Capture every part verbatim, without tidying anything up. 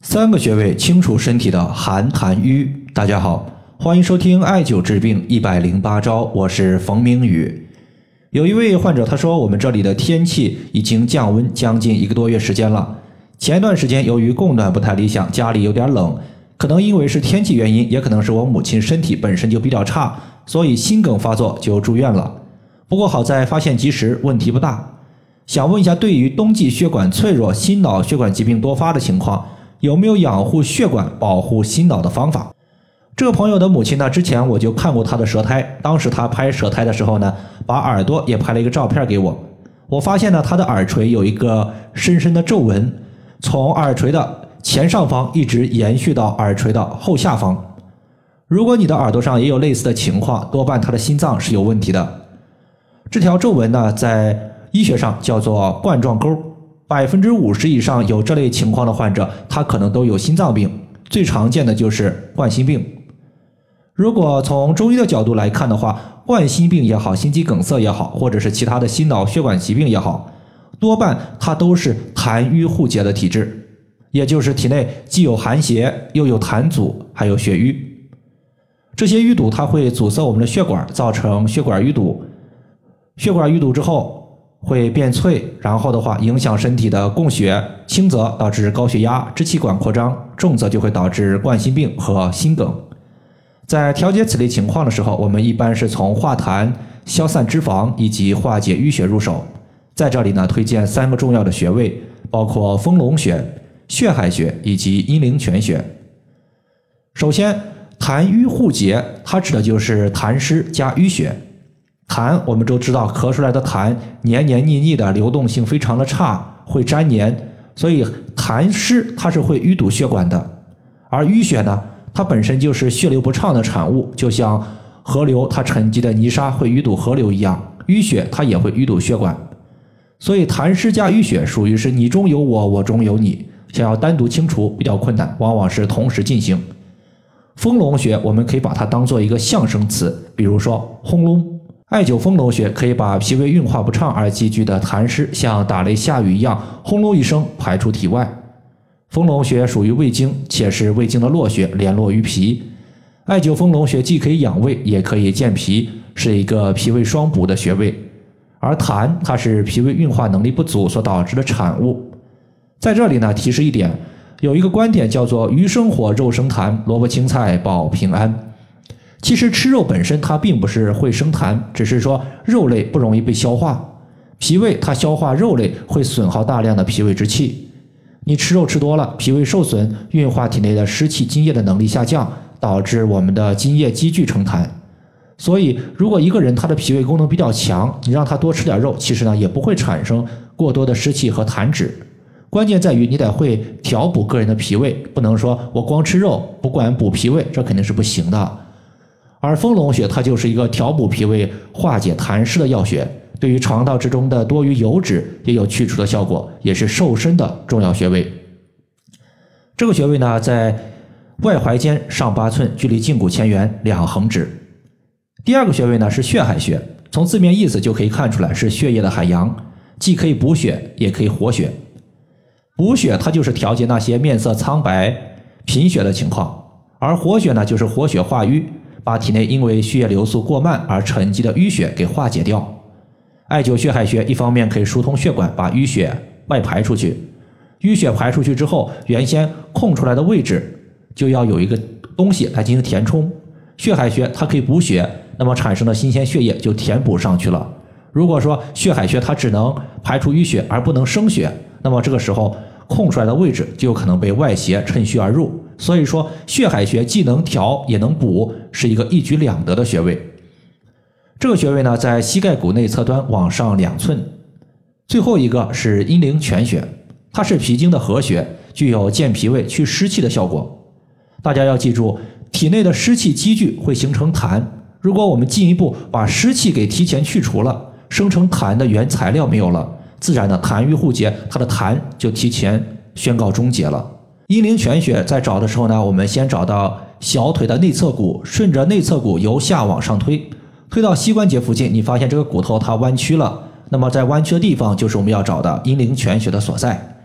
三个穴位清除身体的寒痰瘀。大家好，欢迎收听艾灸治病一百零八招，我是冯明宇。有一位患者他说，我们这里的天气已经降温将近一个多月时间了，前段时间由于供暖不太理想，家里有点冷，可能因为是天气原因，也可能是我母亲身体本身就比较差，所以心梗发作就住院了。不过好在发现及时，问题不大。想问一下，对于冬季血管脆弱、心脑血管疾病多发的情况，有没有养护血管、保护心脑的方法？这个朋友的母亲呢，之前我就看过她的舌苔，当时她拍舌苔的时候呢，把耳朵也拍了一个照片给我。我发现呢，她的耳垂有一个深深的皱纹，从耳垂的前上方一直延续到耳垂的后下方。如果你的耳朵上也有类似的情况，多半她的心脏是有问题的。这条皱纹呢，在医学上叫做冠状沟。百分之五十以上有这类情况的患者，他可能都有心脏病，最常见的就是冠心病。如果从中医的角度来看的话，冠心病也好，心肌梗塞也好，或者是其他的心脑血管疾病也好，多半它都是痰瘀互结的体质，也就是体内既有寒邪，又有痰阻，还有血瘀。这些淤堵它会阻塞我们的血管，造成血管淤堵。血管淤堵之后会变脆，然后的话影响身体的供血，轻则导致高血压、支气管扩张，重则就会导致冠心病和心梗。在调节此类情况的时候，我们一般是从化痰、消散脂肪以及化解淤血入手。在这里呢，推荐三个重要的穴位，包括丰隆穴、血海穴以及阴陵泉穴。首先，痰瘀互结，它指的就是痰湿加淤血。痰我们都知道，咳出来的痰黏黏腻腻的，流动性非常的差，会粘黏，所以痰湿它是会淤堵血管的。而淤血呢，它本身就是血流不畅的产物，就像河流它沉积的泥沙会淤堵河流一样，淤血它也会淤堵血管。所以痰湿加淤血属于是你中有我，我中有你，想要单独清除比较困难，往往是同时进行。丰隆穴我们可以把它当做一个象声词，比如说轰隆。艾灸丰隆穴可以把脾胃运化不畅而积聚的痰湿像打雷下雨一样轰隆一声排出体外。丰隆穴属于胃经，且是胃经的络穴，联络于脾。艾灸丰隆穴既可以养胃，也可以健脾，是一个脾胃双补的穴位。而痰它是脾胃运化能力不足所导致的产物。在这里呢，提示一点，有一个观点叫做鱼生火，肉生痰，萝卜青菜保平安。其实吃肉本身它并不是会生痰，只是说肉类不容易被消化，脾胃它消化肉类会损耗大量的脾胃之气。你吃肉吃多了，脾胃受损，运化体内的湿气津液的能力下降，导致我们的津液积聚成痰。所以如果一个人他的脾胃功能比较强，你让他多吃点肉，其实呢也不会产生过多的湿气和痰脂。关键在于你得会调补个人的脾胃，不能说我光吃肉不管补脾胃，这肯定是不行的。而丰隆穴它就是一个调补脾胃、化解痰湿的药穴，对于肠道之中的多余油脂也有去除的效果，也是瘦身的重要穴位。这个穴位呢，在外踝尖上八寸，距离胫骨前缘两横指。第二个穴位呢是血海穴，从字面意思就可以看出来是血液的海洋，既可以补血，也可以活血。补血它就是调节那些面色苍白、贫血的情况，而活血呢就是活血化瘀，把体内因为血液流速过慢而沉积的淤血给化解掉。艾灸血海穴一方面可以疏通血管，把淤血外排出去，淤血排出去之后，原先空出来的位置就要有一个东西来进行填充。血海穴它可以补血，那么产生的新鲜血液就填补上去了。如果说血海穴它只能排出淤血而不能生血，那么这个时候空出来的位置就有可能被外邪趁虚而入。所以说血海穴既能调也能补，是一个一举两得的穴位。这个穴位呢，在膝盖骨内侧端往上两寸。最后一个是阴陵泉穴，它是脾经的合穴，具有健脾胃、去湿气的效果。大家要记住，体内的湿气积聚会形成痰，如果我们进一步把湿气给提前去除了，生成痰的原材料没有了，自然的痰瘀互结，它的痰就提前宣告终结了。阴陵泉穴在找的时候呢，我们先找到小腿的内侧骨，顺着内侧骨由下往上推，推到膝关节附近，你发现这个骨头它弯曲了，那么在弯曲的地方就是我们要找的阴陵泉穴的所在。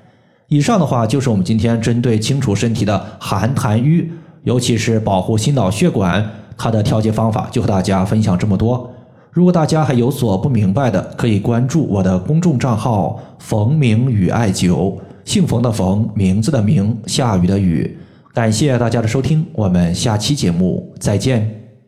以上的话就是我们今天针对清除身体的寒痰瘀，尤其是保护心脑血管，它的调节方法就和大家分享这么多。如果大家还有所不明白的，可以关注我的公众账号冯明宇艾灸，姓冯的冯，名字的名，下雨的雨。感谢大家的收听，我们下期节目再见。